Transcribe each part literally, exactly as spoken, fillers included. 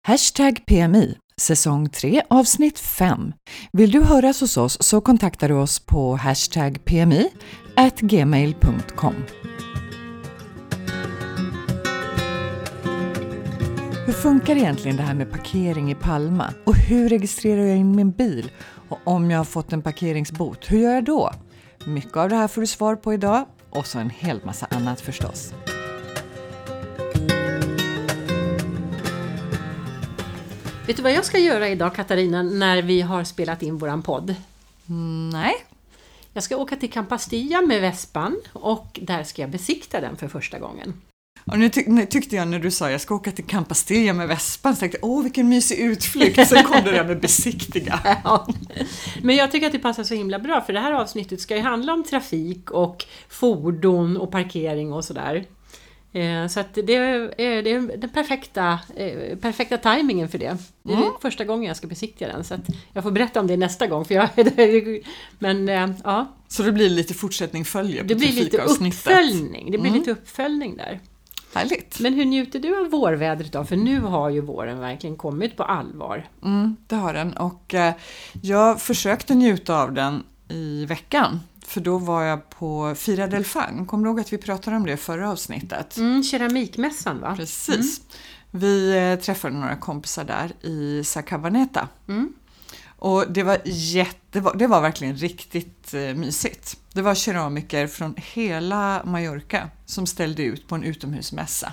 Hashtag P M I, säsong tre, avsnitt fem. Vill du höras hos oss så kontaktar du oss på hashtag P M I at gmail punkt com. Hur funkar egentligen det här med parkering i Palma? Och hur registrerar jag in min bil? Och om jag har fått en parkeringsbot, hur gör jag då? Mycket av det här får du svar på idag. Och så en hel massa annat förstås. Vet du vad jag ska göra idag, Katarina, när vi har spelat in våran podd? Mm, nej. Jag ska åka till Campastilla med Vespan och där ska jag besikta den för första gången. Och nu, tyck, nu tyckte jag när du sa jag ska åka till Campastilla med Vespan så tänkte jag, åh vilken mysig utflykt. Sen kom det där med besiktiga. Ja. Men jag tycker att det passar så himla bra för det här avsnittet ska ju handla om trafik och fordon och parkering och sådär. Så att det är, det är den perfekta, perfekta tajmingen för det. Det är mm. första gången jag ska besiktiga den. Så att jag får berätta om det nästa gång. För jag, men, ja. Så det blir lite fortsättning följer på det blir lite uppföljning. Det blir mm. lite uppföljning där. Härligt. Men hur njuter du av vårvädret då? För nu har ju våren verkligen kommit på allvar. Mm, det har den. Och eh, jag försökte njuta av den i veckan. För då var jag på Fira del Fang. Kommer du ihåg att vi pratade om det förra avsnittet? Mm, keramikmässan va? Precis. Mm. Vi eh, träffade några kompisar där i Sacabaneta. Mm. Och det var, jätte, det var, det var verkligen riktigt eh, mysigt. Det var keramiker från hela Mallorca som ställde ut på en utomhusmässa.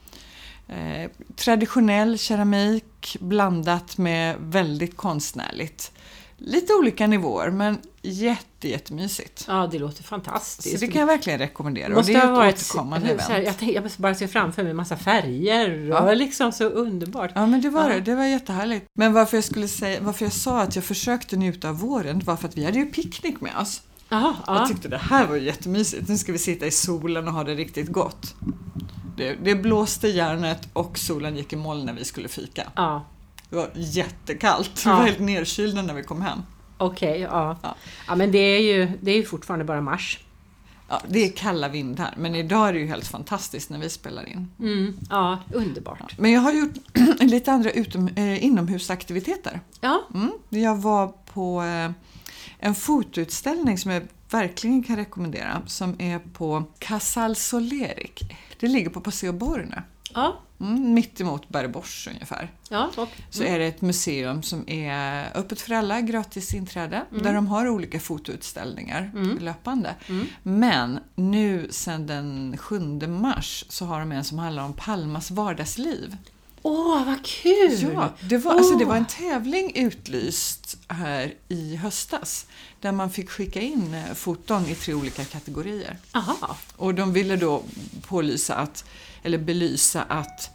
Eh, traditionell keramik blandat med väldigt konstnärligt. Lite olika nivåer men jätte, jättemysigt. Ja, det låter fantastiskt. Så det kan jag verkligen rekommendera. Det måste och det är ha varit återkommande event. Här, jag, jag bara ser framför mig en massa färger och ja. Liksom så underbart. Ja, men det var ja. det. Det var jättehärligt. Men varför jag skulle säga, varför jag sa att jag försökte njuta av våren var för att vi hade ju picknick med oss. Aha, jag ja. tyckte det här var jättemysigt. Nu ska vi sitta i solen och ha det riktigt gott. Det, det blåste järnet och solen gick i moln när vi skulle fika. Ja. Det var jättekallt. Ja. Vi var helt nerkylda när vi kom hem. Okej, okay, ja. ja. Ja, men det är ju det är ju fortfarande bara mars. Ja, det är kalla vindar. Men idag är det ju helt fantastiskt när vi spelar in. Mm, ja, underbart. Ja. Men jag har gjort lite andra utom, eh, inomhusaktiviteter. Ja. Mm, jag var på eh, en fotoutställning som jag verkligen kan rekommendera. Som är på Casal Soleric. Det ligger på Paseo Borne. Ja. Mm, mitt emot Bergbors ungefär. Ja, och, mm. Så är det ett museum som är öppet för alla, gratis inträde. Mm. Där de har olika fotoutställningar mm. löpande. Mm. Men nu sedan den sjunde mars så har de en som handlar om Palmas vardagsliv. Åh, oh, vad kul! Ja, det var, oh. alltså, det var en tävling utlyst här i höstas. Där man fick skicka in foton i tre olika kategorier. Aha. Och de ville då pålysa att, eller belysa att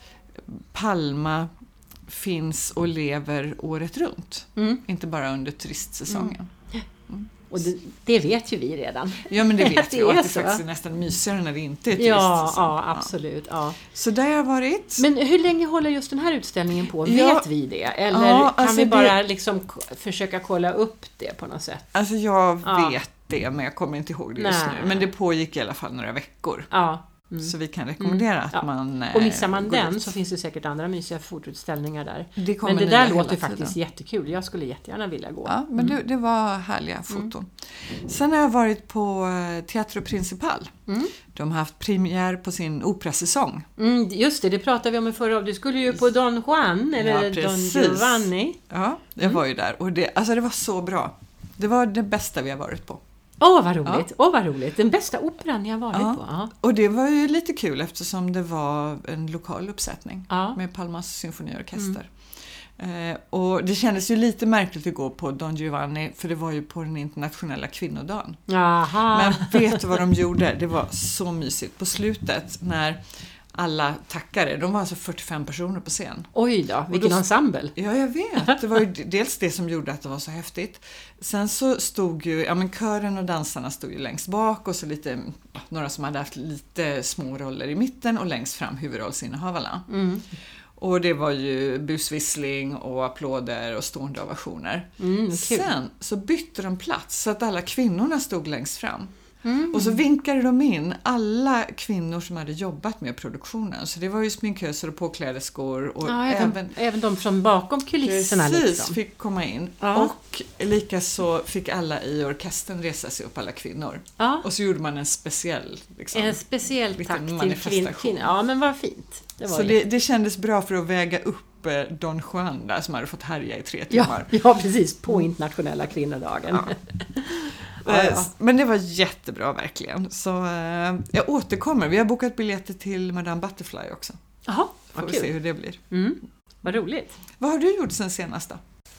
Palma finns och lever året runt. Mm. Inte bara under turistsäsongen. Mm. Mm. Och det, det vet ju vi redan. Ja, men det vet vi. Och att det faktiskt är nästan mysigare när det inte är turistsäsong. Ja, ja, absolut. Ja. Så där har jag varit. Men hur länge håller just den här utställningen på? Ja, vet vi det? Eller ja, kan alltså vi bara det, liksom k- försöka kolla upp det på något sätt? Alltså jag ja. vet det, men jag kommer inte ihåg det just Nej. nu. Men det pågick i alla fall några veckor. Ja. Mm. Så vi kan rekommendera mm. att ja. man... Och missar man den ut. Så finns det säkert andra mysiga fotoutställningar där. Det men det där låter faktiskt jättekul. Jag skulle jättegärna vilja gå. Ja, men mm. det, det var härliga foton. Mm. Sen har jag varit på Teatro Principal. Mm. De har haft premiär på sin operasäsong. Mm, just det, det pratade vi om i förra. Du skulle ju på Don Juan eller ja, Don Giovanni. Ja, jag mm. var ju där. Och det, alltså det var så bra. Det var det bästa vi har varit på. Åh, oh, vad roligt. Ja. Oh, vad roligt. Den bästa operan jag varit ja. på. Ja. Och det var ju lite kul eftersom det var en lokal uppsättning ja. med Palmas symfoniorkester. Mm. Eh, och det kändes ju lite märkligt att gå på Don Giovanni för det var ju på den internationella kvinnodagen. Aha. Men vet du vad de gjorde? Det var så mysigt på slutet när alla tackare. De var alltså fyrtiofem personer på scen. Oj då, vilken då, ensemble. Ja, jag vet. Det var ju dels det som gjorde att det var så häftigt. Sen så stod ju, ja men kören och dansarna stod ju längst bak och så lite, några som hade haft lite små roller i mitten och längst fram huvudrollsinnehavarna. Mm. Och det var ju busvissling och applåder och stående ovationer. Mm, Sen så bytte de plats så att alla kvinnorna stod längst fram. Mm. Och så vinkade de in alla kvinnor som hade jobbat med produktionen. Så det var ju sminköser och påkläderskor. Och ja, även, även, även de från bakom kulisserna. Precis, liksom. fick komma in. Ja. Och likaså fick alla i orkestern resa sig upp, alla kvinnor. Ja. Och så gjorde man en speciell liksom, en speciell tack till kvinnor. Ja, men vad fint. Det var så det, det kändes bra för att väga upp Don Juan där, som hade fått härja i tre timmar. Ja, ja precis. På internationella kvinnodagen. Ja. Ja, ja. Men det var jättebra verkligen. Så eh, jag återkommer. Vi har bokat biljetter till Madame Butterfly också. Jaha, vad kul. Får vi se hur det blir. Mm, vad roligt. Vad har du gjort sen senast då?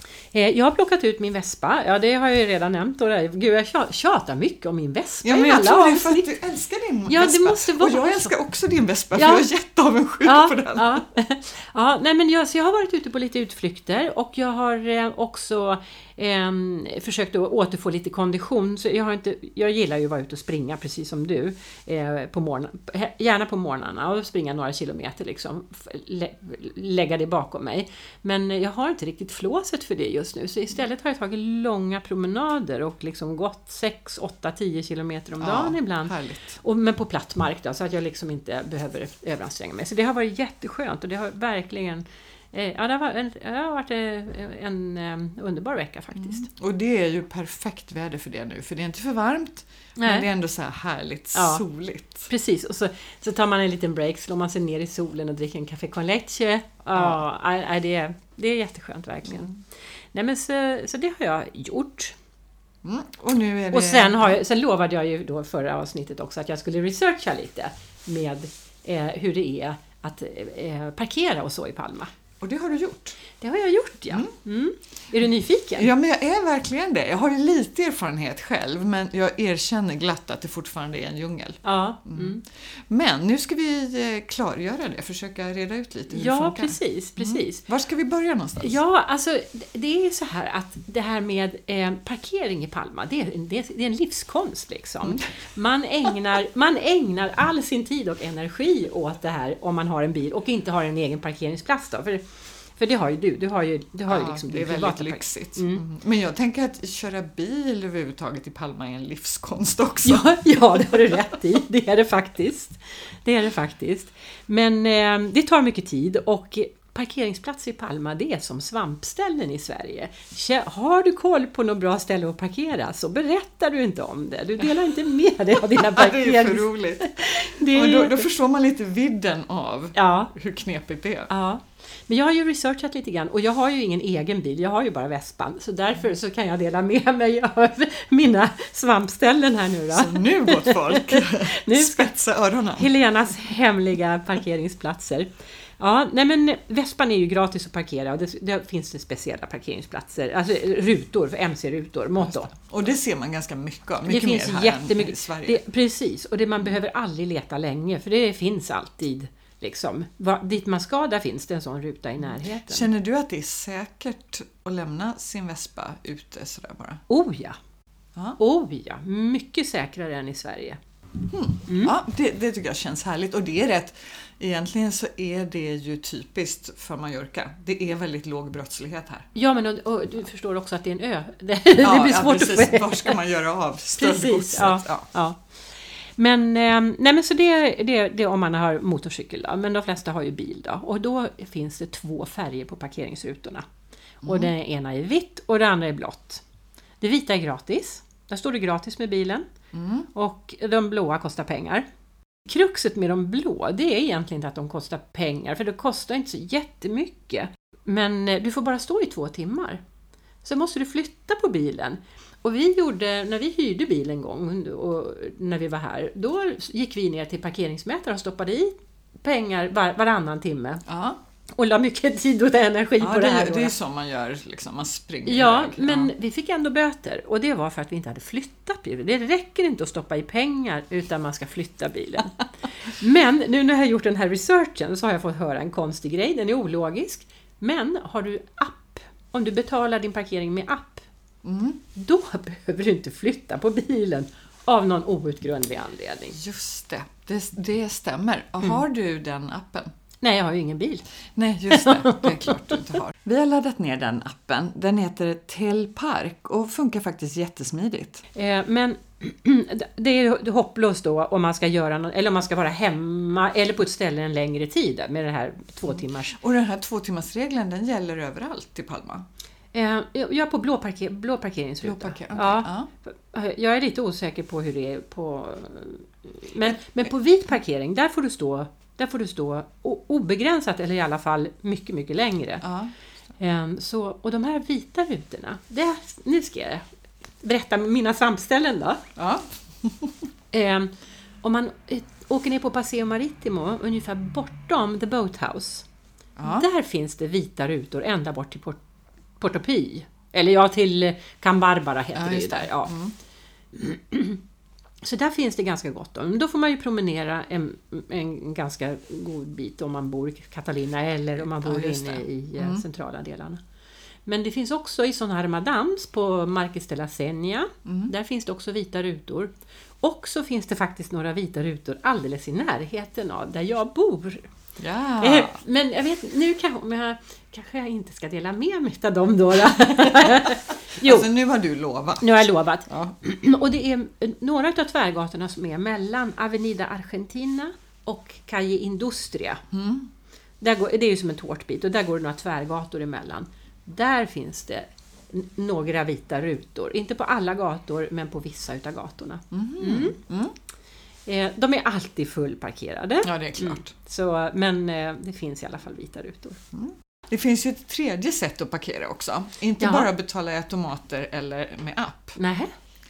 Jag har plockat ut min vespa. Ja, det har jag ju redan nämnt. Gud, jag tjatar mycket om min vespa. Ja, men jag tror det är för att du älskar din ja, vespa. Det måste vara och jag älskar också din vespa, ja. för jag är jätteavundsjuk ja, på den. Ja, ja nej, men jag, så jag har varit ute på lite utflykter och jag har eh, också eh, försökt att återfå lite kondition. Så jag, har inte, jag gillar ju att vara ute och springa, precis som du, eh, på morgon, gärna på morgnarna och springa några kilometer, liksom, lä, lägga det bakom mig. Men jag har inte riktigt flåset för det just nu, så istället har jag tagit långa promenader och liksom gått sex, åtta, tio kilometer om dagen ja, ibland. Och, men på platt mark då, så att jag liksom inte behöver överanstränga mig. Så det har varit jätteskönt och det har verkligen eh, ja, det har varit en, det har varit en, en, en underbar vecka faktiskt. Mm. Och det är ju perfekt väder för det nu, för det är inte för varmt. Nej. Men det är ändå så här härligt, ja, soligt. Precis, och så, så tar man en liten break, slår man sig ner i solen och dricker en café con leche. Ja, ja. Det, är, det är jätteskönt verkligen. Mm. Nej, men så, så det har jag gjort. Mm. Och, nu är det... och sen, har jag, sen lovade jag ju då förra avsnittet också att jag skulle researcha lite med eh, hur det är att eh, parkera och så i Palma. Och det har du gjort? Det har jag gjort, ja. Mm. Mm. Är du nyfiken? Ja, men jag är verkligen det. Jag har lite erfarenhet själv, men jag erkänner glatt att det fortfarande är en djungel. Ja. Mm. Men nu ska vi klargöra det, försöka reda ut lite hur ja, det funkar. Ja, precis, precis. Mm. Var ska vi börja någonstans? Ja, alltså det är så här att det här med eh, parkering i Palma, det är, det är, det är en livskonst liksom. Mm. Man ägnar, man ägnar all sin tid och energi åt det här om man har en bil och inte har en egen parkeringsplats då. För För det har ju du, du har ju, du har ja, ju liksom det är väldigt lyxigt. Mm. Mm. Men jag tänker att köra bil överhuvudtaget i Palma är en livskonst också. Ja, ja, det har du rätt i. Det är det faktiskt. Det är det faktiskt. Men eh, det tar mycket tid och parkeringsplatser i Palma, det är som svampställen i Sverige. Har du koll på något bra ställe att parkera så berättar du inte om det. Du delar inte med dig av dina parkerings... Det är för roligt. Det är... då, då förstår man lite vidden av ja. hur knepigt det är. Ja. Men jag har ju researchat lite grann och jag har ju ingen egen bil, jag har ju bara vespan. Så därför så kan jag dela med mig av mina svampställen här nu då. Så nu gott folk, nu spetsa öronen. Helenas hemliga parkeringsplatser. Ja, nej men vespan är ju gratis att parkera och det, det finns det speciella parkeringsplatser, alltså rutor, för M C-rutor, motto. Och det ser man ganska mycket av, mycket det finns mer här jättemycket, än i Sverige. Det, precis, och det man behöver aldrig leta länge, för det finns alltid. Liksom. Var, dit man ska, där finns det en sån ruta i närheten. Känner du att det är säkert att lämna sin vespa ute sådär bara? Oh ja. Ja. Oh ja, mycket säkrare än i Sverige. Mm. Mm. Ja, det, det tycker jag känns härligt. Och det är rätt, egentligen så är det ju typiskt för Mallorca. Det är väldigt låg brottslighet här. Ja, men och, och, du förstår också att det är en ö. Det, ja, det blir svårt ja, precis. att få. Var ska man göra av stöldgodset? Ja, ja. Ja. Men, nej men så det, det, det är om man har motorcykel då, men de flesta har ju bil då. Och då finns det två färger på parkeringsrutorna. Mm. Och den ena är vitt och det andra är blått. Det vita är gratis. Där står det gratis med bilen. Mm. Och de blåa kostar pengar. Kruxet med de blå, det är egentligen inte att de kostar pengar, för det kostar inte så jättemycket. Men du får bara stå i två timmar. Så måste du flytta på bilen. Och vi gjorde, när vi hyrde bil en gång och när vi var här, då gick vi ner till parkeringsmätare och stoppade i pengar var, varannan timme. Ja. Och la mycket tid och energi ja, på det, det här. Det är så man gör, liksom, man springer ja, iväg. Men ja, vi fick ändå böter. Och det var för att vi inte hade flyttat bilen. Det räcker inte att stoppa i pengar utan man ska flytta bilen. Men nu när jag har gjort den här researchen så har jag fått höra en konstig grej. Den är ologisk. Men har du app, om du betalar din parkering med app, mm. då behöver du inte flytta på bilen av någon outgrundlig anledning. Just det, det, det stämmer. Och mm. har du den appen? Nej, jag har ju ingen bil. Nej, just det. Det är klart du inte har. Vi har laddat ner den appen. Den heter Telpark och funkar faktiskt jättesmidigt. Eh, men det är hopplöst då om man ska göra något, eller om man ska vara hemma eller på ett ställe en längre tid med det här två timmars. Och den här två timmars regeln, den gäller överallt i Palma? Eh, jag är på blå, parker, blå parkeringsruta. Blå parker, okay. Ja. Ja. Jag är lite osäker på hur det är på... Men, men på vit parkering, där får du stå, där får du stå obegränsat eller i alla fall mycket, mycket längre. Ja. Eh, så, och de här vita rutorna, det, nu ska jag berätta mina samställen då. Ja. eh, om man eh, åker ner på Paseo Maritimo, ungefär bortom The Boathouse. Ja. Där finns det vita rutor ända bort till Port- Porto Pi. Eller ja, till Can Barbara heter ja, det ju där. Ja. Mm. Så där finns det ganska gott om. Då får man ju promenera en, en ganska god bit om man bor i Catalina eller om man bor ja, inne i mm. centrala delarna. Men det finns också i sån här Madams på Marqués de la Senia. Mm. Där finns det också vita rutor. Och så finns det faktiskt några vita rutor alldeles i närheten av där jag bor. Ja. Eh, men jag vet, nu kanske jag, kanske jag inte ska dela med mig av dem då. då. Jo. Alltså nu har du lovat. Nu har jag lovat. Ja. Och det är några av tvärgatorna som är mellan Avenida Argentina och Calle Industria. Mm. Där går, det är ju som en tårtbit och där går det några tvärgator emellan. Där finns det några vita rutor. Inte på alla gator men på vissa utav gatorna. Mm. Mm. Mm. Eh, de är alltid fullparkerade. Ja, det är klart. Mm. Så, men eh, det finns i alla fall vita rutor. Mm. Det finns ju ett tredje sätt att parkera också. Inte Jaha. bara betala i automater eller med app. Nej.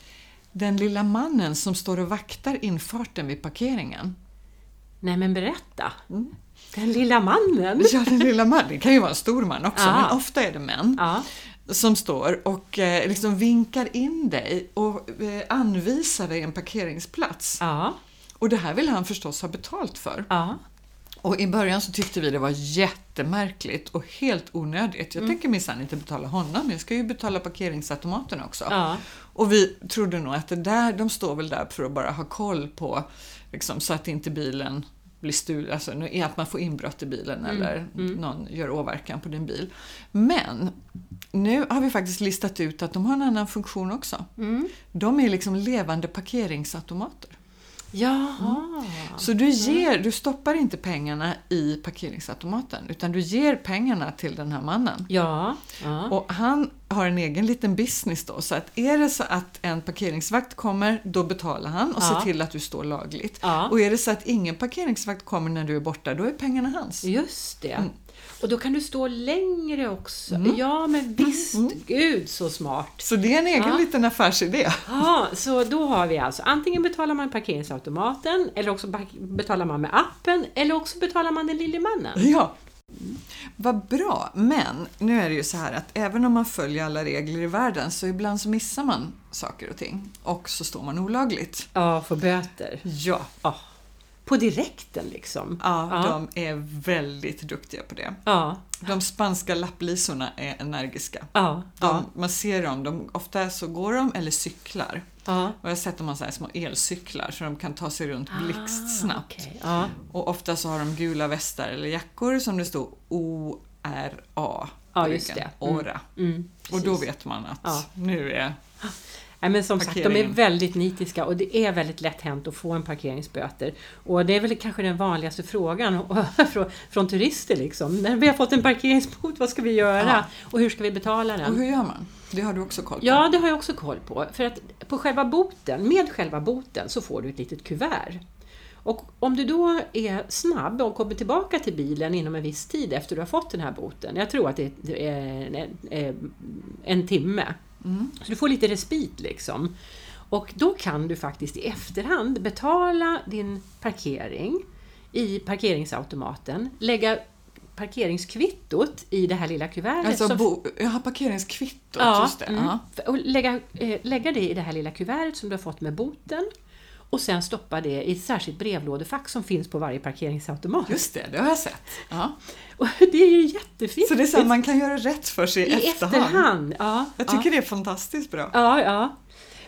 Den lilla mannen som står och vaktar infarten vid parkeringen. Nej, men berätta. Mm. Den lilla mannen. Ja, den lilla mannen. Det kan ju vara en stor man också, ja. men ofta är det män. Ja. Som står och eh, liksom vinkar in dig och eh, anvisar dig en parkeringsplats. Ja. Och det här vill han förstås ha betalt för. Ja. Och i början så tyckte vi det var jättemärkligt och helt onödigt. Jag mm. tänker minsann inte betala honom, jag ska ju betala parkeringsautomaten också. Ja. Och vi trodde nog att det där, de står väl där för att bara ha koll på, liksom, så att inte bilen blir stulen, alltså att man får inbrott i bilen mm. eller mm. någon gör åverkan på din bil. Men nu har vi faktiskt listat ut att de har en annan funktion också. Mm. De är liksom levande parkeringsautomater. Jaha. Mm. Så du ger, du stoppar inte pengarna i parkeringsautomaten utan du ger pengarna till den här mannen. Ja. Ja. Och han har en egen liten business då, så att är det så att en parkeringsvakt kommer, då betalar han och ja. ser till att du står lagligt. Ja. Och är det så att ingen parkeringsvakt kommer när du är borta, då är pengarna hans. Just det. Mm. Och då kan du stå längre också. Mm. Ja, men visst. Mm. Gud, så smart. Så det är en egen ja. liten affärsidé. Ja, så då har vi alltså antingen betalar man parkeringsautomaten eller också betalar man med appen eller också betalar man den lille mannen. Ja. Mm. Vad bra, men nu är det ju så här att även om man följer alla regler i världen så ibland så missar man saker och ting och så står man olagligt. Ja, för böter. Ja. Ja. På direkten liksom. Ja, ja, de är väldigt duktiga på det. Ja. De spanska lapplisorna är energiska. Ja. De, ja. Man ser dem, de, ofta så går de eller cyklar. Ja. Och jag har sett dem ha så här små elcyklar så de kan ta sig runt blixtsnabbt. Ah, okay. Ja. Och ofta så har de gula västar eller jackor som det står O R A. Ja, just det. Mm. Ora. Mm, och då vet man att ja. nu är... Nej, men som sagt, de är väldigt nitiska och det är väldigt lätt hänt att få en parkeringsböter. Och det är väl kanske den vanligaste frågan från, från turister liksom. När vi har fått en parkeringsbot, vad ska vi göra? Ja. Och hur ska vi betala den? Och hur gör man? Det har du också koll på. Ja, det har jag också koll på. För att på själva boten, med själva boten så får du ett litet kuvert. Och om du då är snabb och kommer tillbaka till bilen inom en viss tid efter du har fått den här boten. Jag tror att det är en, en, en timme. Mm. Så du får lite respit liksom. Och då kan du faktiskt i efterhand betala din parkering i parkeringsautomaten, lägga parkeringskvittot i det här lilla kuvertet. Alltså som... bo... jag har parkeringskvittot, ja, just det. Mm. Och lägga, äh, lägga det i det här lilla kuvertet som du har fått med boten. Och sen stoppa det i ett särskilt brevlådefack som finns på varje parkeringsautomat. Just det, det har jag sett. Ja. Och det är ju jättefint. Så det är så att man kan göra rätt för sig i, I efterhand. efterhand. Ja, jag tycker ja. det är fantastiskt bra. Ja, ja.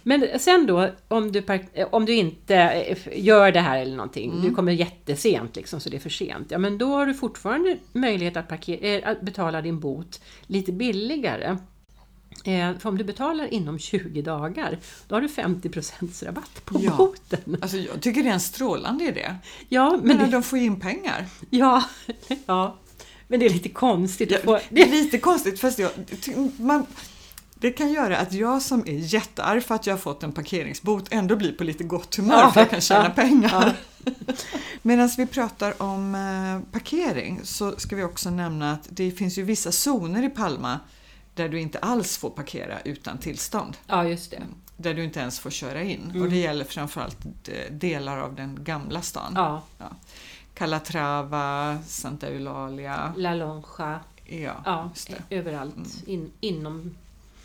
Men sen då, om du, park- om du inte gör det här eller någonting, mm. du kommer jättesent liksom, så det är för sent. Ja, men då har du fortfarande möjlighet att, parker- att betala din bot lite billigare. Eh, för om du betalar inom tjugo dagar, då har du femtio procent rabatt på ja. boten. Alltså jag tycker det är en strålande idé. Ja, men men det... de får in pengar. Ja, ja. Men det är lite konstigt. Ja, få... Det är lite konstigt, fast jag, man, det kan göra att jag som är jättearg för att jag har fått en parkeringsbot ändå blir på lite gott humör ja, för att jag kan tjäna ja, pengar. Ja. Medan vi pratar om eh, parkering så ska vi också nämna att det finns ju vissa zoner i Palma där du inte alls får parkera utan tillstånd. Ja, just det. Där du inte ens får köra in. Mm. Och det gäller framförallt delar av den gamla stan. Ja. Ja. Calatrava, Santa Eulalia. La Lonja. Ja, ja överallt. Mm. In, inom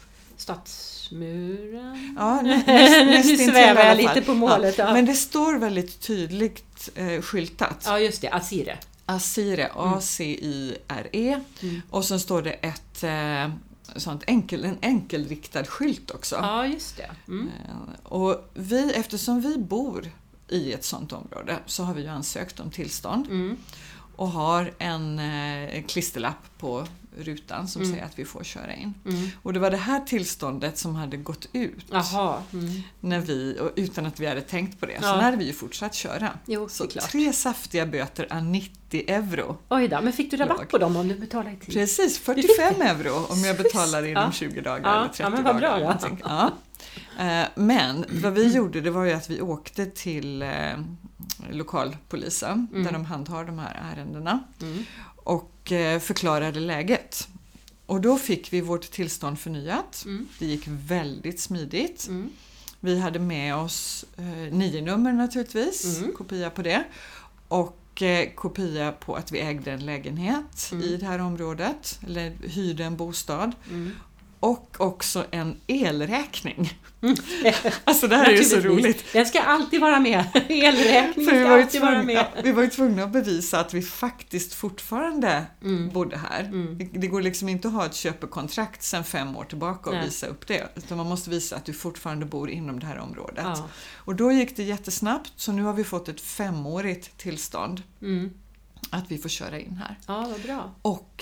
stadsmuren. Ja, nä, näst, näst nu svävar jag lite på målet. Ja. Ja. Men det står väldigt tydligt eh, skyltat. Ja, just det. Asire. Asire, A C I R E. Mm. Och så står det ett... Eh, sånt enkel, en enkelriktad skylt också. Ja, just det. Mm. Och vi, eftersom vi bor i ett sånt område så har vi ju ansökt om tillstånd mm. och har en eh, klisterlapp på rutan som mm. säger att vi får köra in. Mm. Och det var det här tillståndet som hade gått ut. Aha. Mm. När vi, och utan att vi hade tänkt på det. Ja. Så hade vi ju fortsatt köra. Jo, så klart. tre saftiga böter är nittio euro. Oj då, men fick du rabatt lag. På dem om du betalar i tid? Precis, fyrtiofem euro om jag betalar inom ja. tjugo dagar ja. eller trettio ja, men vad dagar. Bra, ja. Ja. Men vad vi gjorde, det var ju att vi åkte till eh, lokalpolisen mm. där de handhar de här ärendena mm. och eh, förklarade läget. Och då fick vi vårt tillstånd förnyat. Mm. Det gick väldigt smidigt. Mm. Vi hade med oss eh, nio nummer naturligtvis, mm. kopia på det. Och eh, kopia på att vi ägde en lägenhet mm. i det här området. Eller hyrde en bostad. Mm. Och också en elräkning. Mm. Alltså det här är ju så roligt. Den ska alltid vara med. Elräkningen ska alltid tvungna, vara med. Ja, vi var ju tvungna att bevisa att vi faktiskt fortfarande mm. bodde här. Mm. Det går liksom inte att ha ett köpekontrakt sedan fem år tillbaka och Nej. visa upp det. Utan man måste visa att du fortfarande bor inom det här området. Ja. Och då gick det jättesnabbt, så nu har vi fått ett femårigt tillstånd. Mm. Att vi får köra in här. Ja, vad bra. Och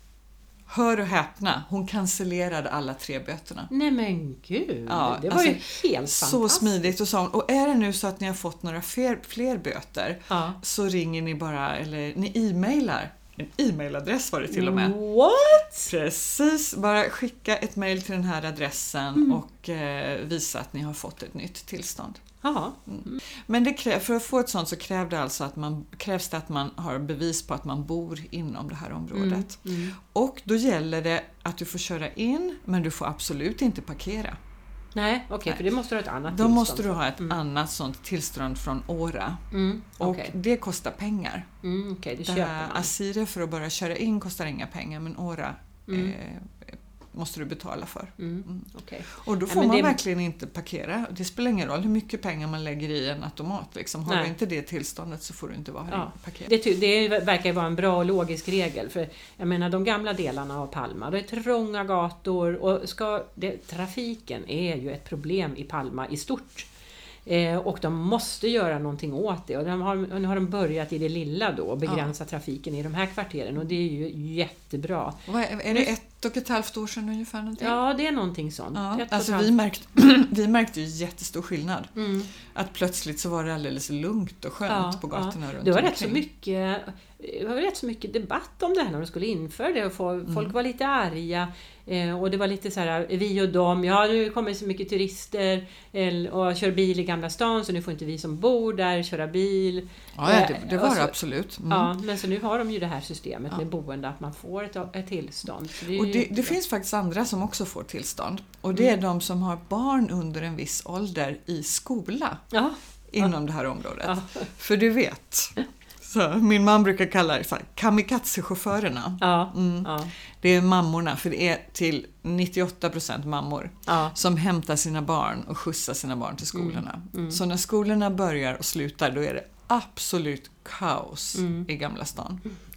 hör och häpna, hon cancellerade alla tre böterna. Nej men gud, ja, det var alltså, ju helt fantastiskt. Så smidigt och så. Och är det nu så att ni har fått några fler, fler böter ja. så ringer ni bara, eller ni e-mailar. En e-mailadress var det till och med. What? Precis, bara skicka ett mail till den här adressen mm. och eh, visa att ni har fått ett nytt tillstånd. Aha. Mm. Men det krä- för att få ett sånt så krävs det alltså att man, krävs det att man har bevis på att man bor inom det här området. Mm. Mm. Och då gäller det att du får köra in, men du får absolut inte parkera. Nej, okej, okay, för det måste du ha ett annat Då tillstånd. Då måste du ha ett mm. annat sånt tillstånd från Åra. Mm, okay. Och det kostar pengar. Mm, okay, det det här Asire för att bara köra in kostar inga pengar, men Åra mm. eh, måste du betala för. Mm, mm. Okay. Och då får ja, man det... verkligen inte parkera. Det spelar ingen roll hur mycket pengar man lägger i en automat. Liksom. Har Nej. du inte det tillståndet så får du inte vara här ja. parkera. Det, det verkar ju vara en bra och logisk regel. För jag menar, de gamla delarna av Palma, det är trånga gator och ska, det, trafiken är ju ett problem i Palma i stort. Eh, och de måste göra någonting åt det. Och de har, nu har de börjat i det lilla då och begränsa ja. trafiken i de här kvarteren. Och det är ju jättebra. Vad är, är det ett och ett halvt år sedan ungefär? Någonting? Ja, det är någonting sånt. Ja, alltså vi märkte, vi märkte ju jättestor skillnad. Mm. Att plötsligt så var det alldeles lugnt och skönt ja, på gatorna ja. runt det var omkring. rätt så mycket Det var rätt så mycket debatt om det här när de skulle införa det. Och folk mm. var lite arga. Eh, och det var lite så här, vi och dem. Ja, nu kommer så mycket turister och kör bil i Gamla stan. Så nu får inte vi som bor där köra bil. Ja, det, det var så, det absolut. Mm. Ja, men så nu har de ju det här systemet ja. med boende. Att man får ett, ett tillstånd. Det och det, det finns faktiskt andra som också får tillstånd. Och det är mm. de som har barn under en viss ålder i skola. Ja. Inom ja. det här området. Ja. För du vet... Så, min man brukar kalla det så här, kamikaze-chaufförerna. Ja, mm. ja. Det är mammorna, för det är till nittioåtta procent mammor ja. som hämtar sina barn och skjutsar sina barn till skolorna. Mm. Mm. Så när skolorna börjar och slutar, då är det absolut kaos mm. i Gamla stan.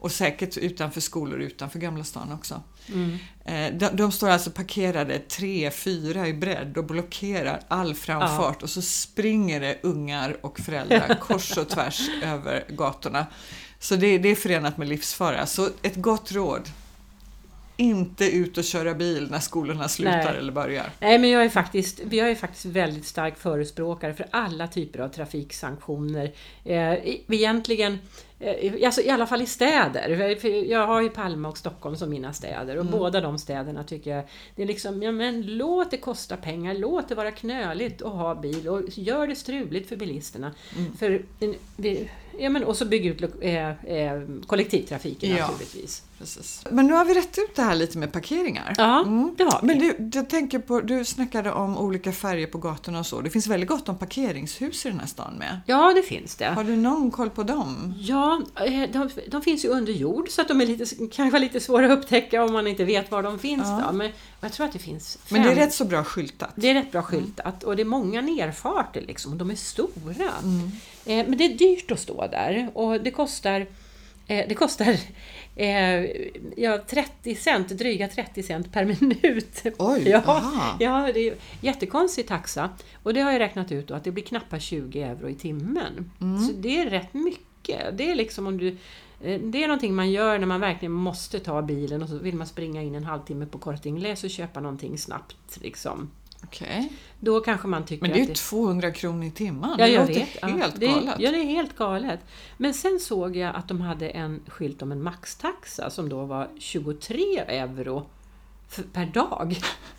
Och säkert utanför skolor utanför Gamla stan också. Mm. Eh, de, de står alltså parkerade tre, fyra i bredd och blockerar all framfart. Ja. Och så springer det ungar och föräldrar kors och tvärs över gatorna. Så det, det är förenat med livsfara. Så ett gott råd. Inte ut och köra bil när skolorna slutar Nej. eller börjar. Nej, men jag är faktiskt, vi är faktiskt väldigt stark förespråkare för alla typer av trafiksanktioner. Eh, egentligen, eh, alltså i alla fall i städer. För jag har ju Palma och Stockholm som mina städer. Och mm. båda de städerna tycker jag, det är liksom, ja men låt det kosta pengar. Låt det vara knöligt att ha bil. Och gör det struligt för bilisterna. Mm. För vi, ja, men, och så bygga ut eh, eh, kollektivtrafiken ja. naturligtvis. Precis. Men nu har vi rätt ut det här lite med parkeringar. Ja, mm. det har vi. Men du, jag tänker på, du snackade om olika färger på gatorna och så. Det finns väldigt gott om parkeringshus i den här stan med. Ja, det finns det. Har du någon koll på dem? Ja, de, de finns ju under jord så att de är lite, kanske vara lite svåra att upptäcka om man inte vet var de finns. Ja. Då. Men jag tror att det finns fem. Men det är rätt så bra skyltat. Det är rätt bra skyltat och det är många nerfarter liksom och de är stora. Mm. Eh, men det är dyrt att stå där och det kostar, eh, det kostar eh, ja, trettio cent, dryga trettio cent per minut. Oj, ja, ja, det är jättekonstig taxa. Och det har jag räknat ut då, att det blir knappt tjugo euro i timmen. Mm. Så det är rätt mycket. Det är liksom om du... Det är någonting man gör när man verkligen måste ta bilen och så vill man springa in en halvtimme på Kortingles och köpa någonting snabbt liksom. Okej. Okay. Då kanske man tycker Men det är ju det... tvåhundra kronor i timmen. Ja, det jag låter vet. helt ja, galet. Det, ja, det är helt galet. Men sen såg jag att de hade en skylt om en maxtaxa som då var tjugotre euro för, per dag.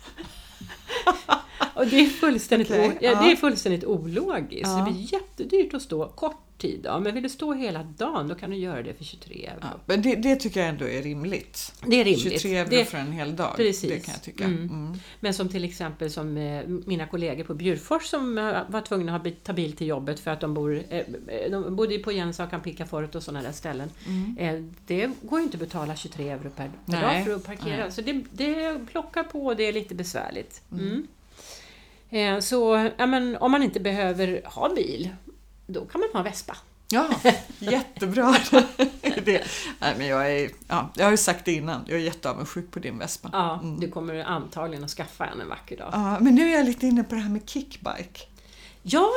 Och det är fullständigt, okay, o, ja, ja. Det är fullständigt ologiskt. Ja. Det blir jättedyrt att stå kort tid. Då. Men vill du stå hela dagen, då kan du göra det för tjugotre euro. Ja, men det, det tycker jag ändå är rimligt. Det är rimligt. tjugotre euro det, för en hel dag. Precis. Det kan jag tycka. Mm. Mm. Men som till exempel som eh, mina kollegor på Bjurfors som eh, var tvungna att ta bil till jobbet för att de bor eh, de bodde på Jensa och Campicafort och sådana där ställen. Mm. Eh, det går ju inte att betala tjugotre euro per, per dag för att parkera. Nej. Så det, det plockar på och det är lite besvärligt. Mm. Mm. Eh, så ja, men, om man inte behöver ha bil, då kan man ha Vespa. Ja, jättebra. det. Nej, men jag, är, ja, jag har ju sagt det innan, jag är jätteavundsjuk på din Vespa. Ja, mm. Du kommer antagligen att skaffa en en vacker dag. Ja, men nu är jag lite inne på det här med kickbike. Ja,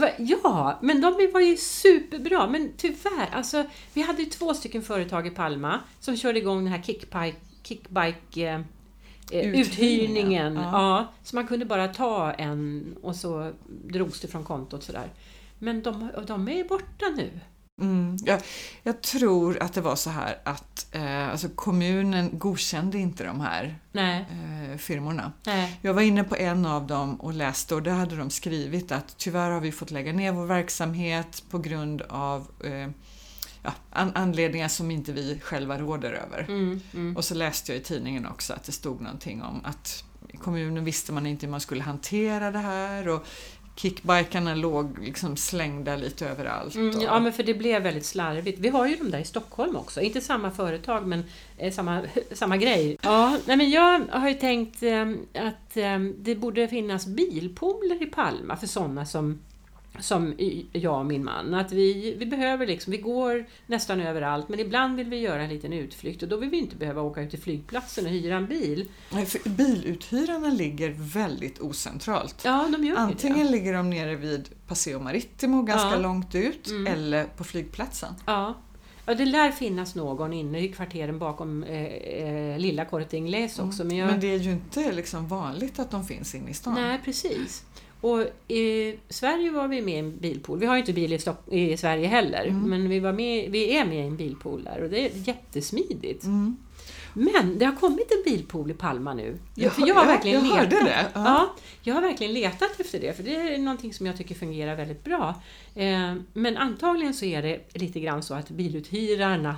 ja, men de var ju superbra. Men tyvärr, alltså, vi hade ju två stycken företag i Palma som körde igång den här kickbike, kickbike eh, uthyrningen. uthyrningen. Ja. Ja, så man kunde bara ta en och så drogs det från kontot sådär. Men de, de är borta nu. Mm, jag, jag tror att det var så här att eh, alltså kommunen godkände inte de här Nej. Eh, firmorna. Nej. Jag var inne på en av dem och läste och där hade de skrivit att tyvärr har vi fått lägga ner vår verksamhet på grund av eh, ja, an- anledningar som inte vi själva råder över. Mm, mm. Och så läste jag i tidningen också att det stod någonting om att i kommunen visste man inte hur man skulle hantera det här och kickbikarna låg liksom slängda lite överallt. Mm, ja, men för det blev väldigt slarvigt. Vi har ju de där i Stockholm också. Inte samma företag, men eh, samma, samma grej. Ja, nej, men jag har ju tänkt eh, att eh, det borde finnas bilpooler i Palma för sådana som som jag och min man, att vi, vi behöver liksom, vi går nästan överallt, men ibland vill vi göra en liten utflykt och då vill vi inte behöva åka ut till flygplatsen och hyra en bil. Nej, för biluthyrarna ligger väldigt ocentralt. Ja, de gör Antingen det. ligger de nere vid Paseo Marittimo ganska ja. långt ut mm. eller på flygplatsen. Ja. Ja, det lär finnas någon inne i kvarteren bakom eh, eh, lilla Kortingles också. Mm. Men, jag... men det är ju inte liksom vanligt att de finns inne i stan. Nej, precis. Och i Sverige var vi med i en bilpool. Vi har ju inte bil i, Stock- i Sverige heller. Mm. Men vi, var med, vi är med i en bilpool där. Och det är jättesmidigt. Mm. Men det har kommit en bilpool i Palma nu. Jag, för jag har verkligen jag letat. Det. Ja. Ja, jag har verkligen letat efter det. För det är någonting som jag tycker fungerar väldigt bra. Eh, men antagligen så är det lite grann så att biluthyrarna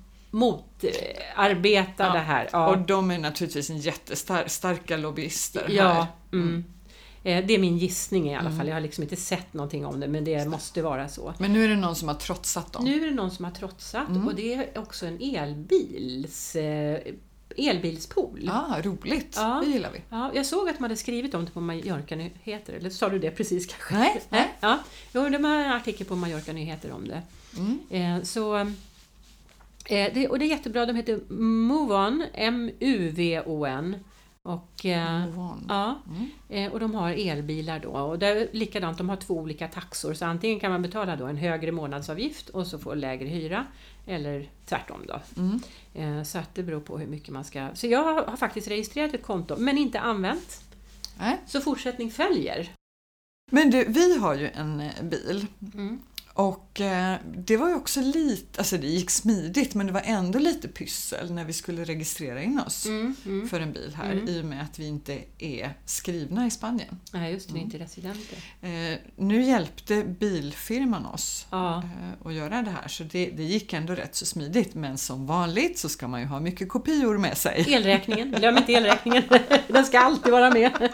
motarbetar ja. det här. Ja. Och de är naturligtvis en jättestarka lobbyister här. Ja, mm. Det är min gissning i alla fall. Mm. Jag har liksom inte sett någonting om det, men det måste vara så. Men nu är det någon som har trotsat dem. Nu är det någon som har trotsat mm. och det är också en elbils elbilspool. Ja, ah, roligt. Ja. Det gillar vi. Ja, jag såg att de hade skrivit om det på Mallorca Nyheter. Eller sa du det precis kanske? Nej. Nej. Ja, jo, det var en artikel på Mallorca Nyheter om det. Mm. Så Eh, det, och det är jättebra, de heter Movon, M U V O N. Och, eh, ja, mm. eh, och de har elbilar då, och det är likadant, de har två olika taxor, så antingen kan man betala då en högre månadsavgift och så få lägre hyra, eller tvärtom då. Mm. Eh, så att det beror på hur mycket man ska. Så jag har, har faktiskt registrerat ett konto men inte använt. Nej. Så fortsättning följer. Men du, vi har ju en bil. Mm. Och eh, det var ju också lite, alltså det gick smidigt, men det var ändå lite pyssel när vi skulle registrera in oss mm, mm. för en bil här, mm. i och med att vi inte är skrivna i Spanien. Nej, just det, mm. inte residenter. Eh, nu hjälpte bilfirman oss ja. eh, att göra det här, så det, det gick ändå rätt så smidigt, men som vanligt så ska man ju ha mycket kopior med sig. Elräkningen, glöm inte elräkningen, den ska alltid vara med.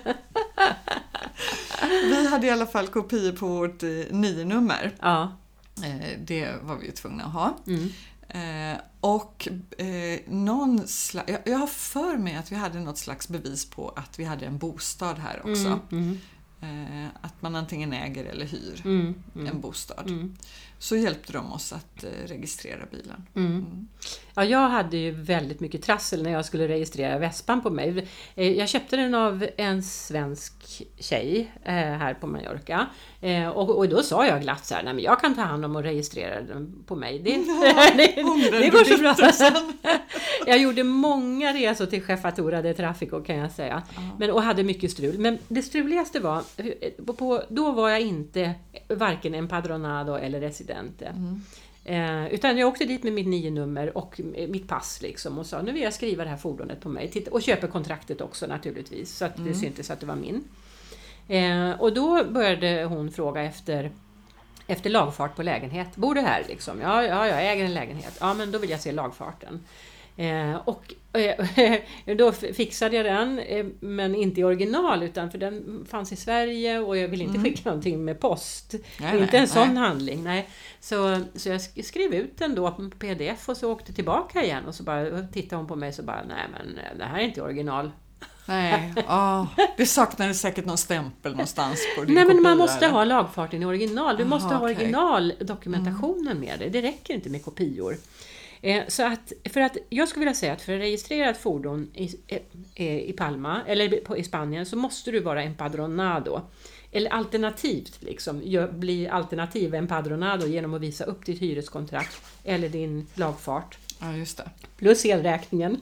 Vi hade i alla fall kopior på vårt eh, nio-nummer. Ja. Eh, det var vi ju tvungna att ha. Mm. Eh, och eh, någon sla- jag, jag har för mig att vi hade något slags bevis på att vi hade en bostad här också. Mm, mm. Eh, att man antingen äger eller hyr mm, mm. en bostad. Mm. Så hjälpte de oss att eh, registrera bilen. Mm. Mm. Ja, jag hade ju väldigt mycket trassel när jag skulle registrera Vespan på mig. Jag köpte den av en svensk tjej eh, här på Mallorca. Eh, och, och då sa jag glatt så här, nej men jag kan ta hand om och registrera den på mig. Det, ja, det, det går så bra. Jag gjorde många resor till Jefatura de Tráfico, kan jag säga. Ja. Men, och hade mycket strul. Men det struligaste var, på, då var jag inte varken empadronado eller residente. Mm. Eh, utan jag åkte dit med mitt nio nummer och mitt pass liksom, och sa, nu vill jag skriva det här fordonet på mig. Titta, och köper kontraktet också naturligtvis, så att Mm. det syntes att det var min. Eh, och då började hon fråga efter, efter lagfart på lägenhet. Bor du här liksom? Ja, ja, jag äger en lägenhet. Ja, men då vill jag se lagfarten. Eh, och eh, då fixade jag den, eh, men inte i original, utan för den fanns i Sverige och jag ville inte Mm. skicka någonting med post. Nej, inte en nej, sån nej. handling, nej. Så, så jag skrev ut den då på P D F och så åkte tillbaka igen, och så bara tittade hon på mig och så bara, nej men det här är inte original. Nej, oh, det saknades säkert någon stämpel någonstans på din Nej, men man kopia, måste eller? ha lagfarten i original. Du Aha, måste ha okej. originaldokumentationen mm. med dig. Det räcker inte med kopior. Eh, så att, för att jag skulle vilja säga att för att registrera ett fordon i, eh, i Palma eller på, i Spanien, så måste du vara empadronado. Eller alternativt liksom, gör, bli alternativ empadronado genom att visa upp ditt hyreskontrakt eller din lagfart. Ja, just det. Plus elräkningen.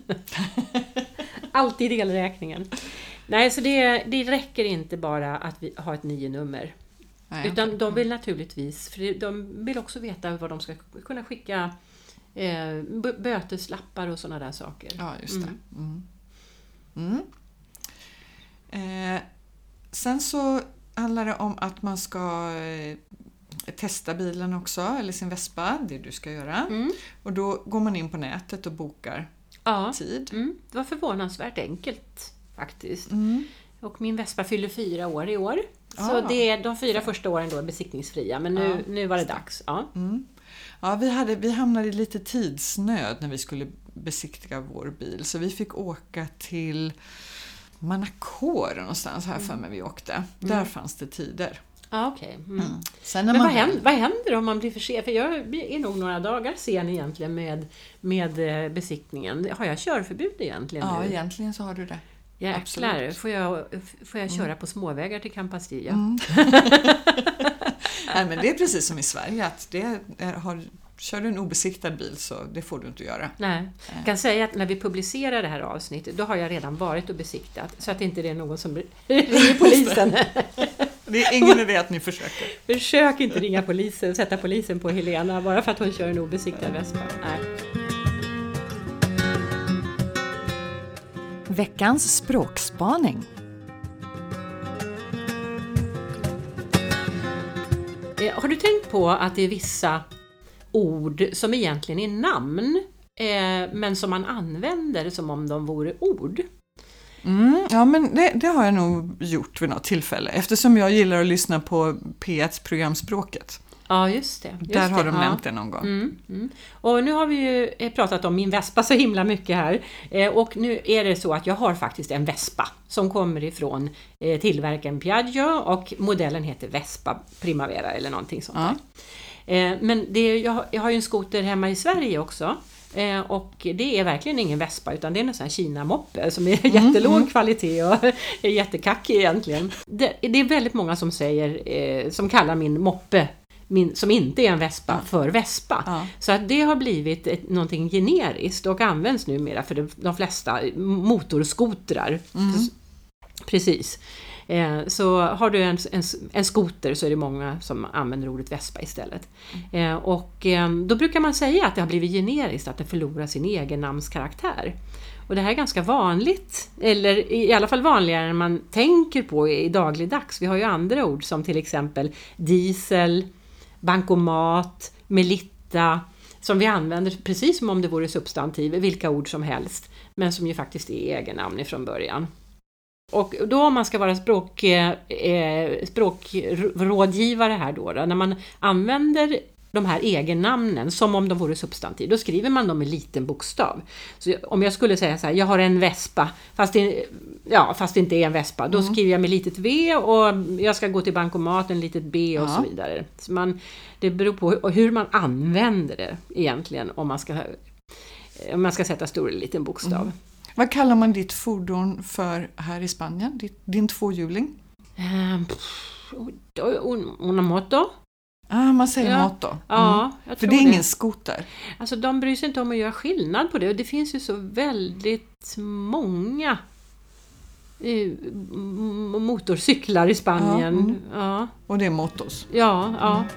Alltid elräkningen. Nej, så det, det räcker inte bara att vi har ett nio nummer. Nej, utan okej. de vill naturligtvis, för de vill också veta vad de ska kunna skicka eh, böteslappar och sådana där saker. Ja, just det. Mm. Mm. Mm. Eh, sen så handlar det om att man ska eh, testa bilen också, eller sin Vespa, det du ska göra. Mm. Och då går man in på nätet och bokar ja. tid. Mm. Det var förvånansvärt enkelt faktiskt. Mm. Och min Vespa fyller fyra år i år. Ah. Så det är de fyra första åren då är besiktningsfria. Men nu, Ja, nu var det dags. Ja. Mm. Ja, vi, hade, vi hamnade i lite tidsnöd när vi skulle besiktiga vår bil. Så vi fick åka till Manacor någonstans här för mig vi åkte. Mm. Där fanns det tider. Ja, okej. Okay. Mm. Mm. Sen när Men man vad händer, vad händer om man blir försenad? För jag är nog några dagar sen egentligen med, med besiktningen. Har jag körförbud egentligen Ja, nu? egentligen så har du det. Jäklar, får jag, får jag köra mm. på småvägar till Campastilla? Mm. Nej, men det är precis som i Sverige, att det är, har, kör du en obesiktad bil så det får du inte göra. Nej, jag kan säga att när vi publicerar det här avsnittet, då har jag redan varit och besiktat, så att inte det är någon som ringer polisen. Det är ingen idé att ni försöker. Försök inte ringa polisen, sätta polisen på Helena bara för att hon kör en obesiktad Vespa. Nej. Veckans språkspaning. Har du tänkt på att det är vissa ord som egentligen är namn, eh, men som man använder som om de vore ord? Mm, ja, men det, det har jag nog gjort vid något tillfälle, eftersom jag gillar att lyssna på P etts program Språket. Ja, just det. Just Där har det. de ja. nämnt det någon gång. Mm, mm. Och nu har vi ju pratat om min Vespa så himla mycket här. Eh, och nu är det så att jag har faktiskt en Vespa som kommer ifrån eh, tillverkaren Piaggio, och modellen heter Vespa Primavera eller någonting sånt ja. där. Eh, men det, jag, jag har ju en skoter hemma i Sverige också Eh, och det är verkligen ingen vespa utan det är en sån här Kina-moppe som är mm, jättelåg mm. kvalitet och är jättekackig egentligen. Det, det är väldigt många som säger, eh, som kallar min moppe Min, som inte är en vespa mm. för vespa. Ja. Så att det har blivit ett, någonting generiskt och används numera för de, de flesta motorskotrar. Mm. Precis. Eh, så har du en, en, en skoter så är det många som använder ordet vespa istället. Mm. Eh, och eh, då brukar man säga att det har blivit generiskt, att det förlorar sin egen namnskaraktär. Och det här är ganska vanligt, eller i alla fall vanligare än man tänker på i, i dagligdags. Vi har ju andra ord som till exempel diesel, bankomat, melitta, som vi använder precis som om det vore substantiv, vilka ord som helst, men som ju faktiskt är egennamn ifrån början. Och då om man ska vara språk, eh, språkrådgivare här då, då, när man använder de här egennamnen som om de vore substantiv, då skriver man dem i liten bokstav. Så om jag skulle säga så här, jag har en vespa, fast det, ja, fast det inte är en vespa, då mm. skriver jag med litet V och jag ska gå till bankomaten, litet B och ja. så vidare. Så man, det beror på hur man använder det egentligen, om man ska, om man ska sätta stor eller liten bokstav. Mm. Vad kallar man ditt fordon för här i Spanien? Din, din tvåhjuling? Um, una moto. Ah, man säger ja. moto. Mm. Ja, jag för tror det är det. ingen skoter. Alltså de bryr sig inte om att göra skillnad på det. Och det finns ju så väldigt många eh, motorcyklar i Spanien. Ja, mm. ja. Och det är motos. Ja, ja. Mm.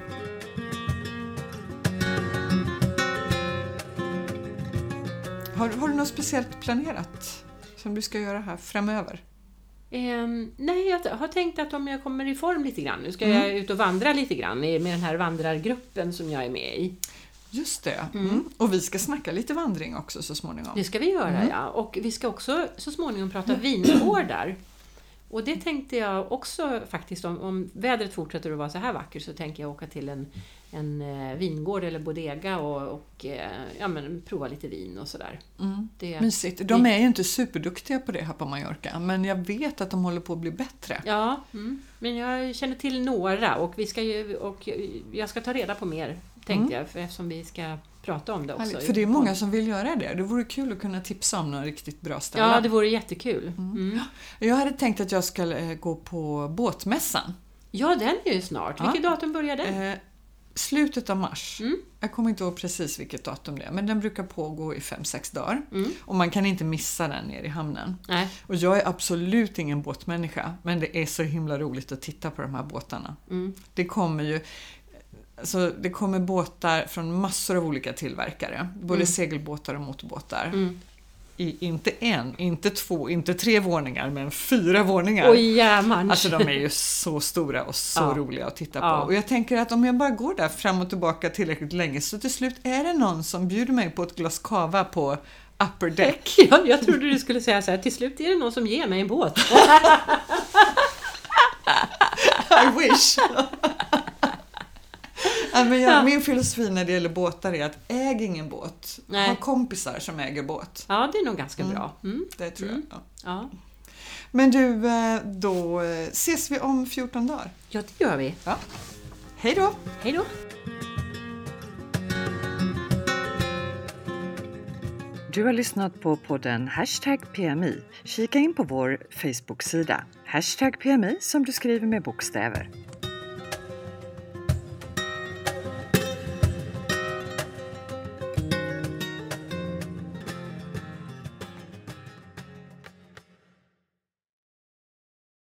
Har, har du något speciellt planerat som du ska göra här framöver? Um, nej, jag har tänkt att om jag kommer i form lite grann, nu ska mm. jag ut och vandra lite grann med den här vandrargruppen som jag är med i. Just det. Mm. Mm. Och vi ska snacka lite vandring också så småningom. Det ska vi göra, mm. ja. Och vi ska också så småningom prata mm. vingårdar. Och det tänkte jag också faktiskt, om, om vädret fortsätter att vara så här vackert, så tänker jag åka till en, en eh, vingård eller bodega och, och eh, ja, men, prova lite vin och sådär. Mm. Det, Mysigt. De är ju inte superduktiga på det här på Mallorca, men jag vet att de håller på att bli bättre. Ja, mm. men jag känner till några och, vi ska ju, och jag ska ta reda på mer, tänkte mm. jag, för eftersom vi ska prata om det också. Härligt, för det är många som vill göra det. Det vore kul att kunna tipsa om några riktigt bra ställen. Ja, det vore jättekul. Mm. Mm. Jag hade tänkt att jag ska gå på båtmässan. Ja, den är ju snart. Ja. Vilket datum börjar den? Eh, slutet av mars. Mm. Jag kommer inte ihåg precis vilket datum det är, men den brukar pågå i fem sex dagar. Mm. Och man kan inte missa den nere i hamnen. Nej. Och jag är absolut ingen båtmänniska, men det är så himla roligt att titta på de här båtarna. Mm. Det kommer ju Så det kommer båtar från massor av olika tillverkare. Både mm. segelbåtar och motorbåtar. Mm. I inte en, inte två, inte tre våningar, men fyra våningar. Oj, jämans. Alltså de är ju så stora och så ja. roliga att titta ja. på. Och jag tänker att om jag bara går där fram och tillbaka tillräckligt länge, så till slut är det någon som bjuder mig på ett glas cava på upper deck. Ja, jag trodde du skulle säga så här, till slut är det någon som ger mig en båt. I wish. Ja, men jag, ja. Min filosofi när det gäller båtar är att äg ingen båt. Nej. Ha kompisar som äger båt. Ja, det är nog ganska mm. bra. Mm. Det tror mm. jag. Ja. Ja. Men du, då ses vi om fjorton dagar. Ja, det gör vi. Ja. Hej då! Hej då! Du har lyssnat på podden Hashtag P M I. Kika in på vår Facebook-sida. Hashtag P M I som du skriver med bokstäver.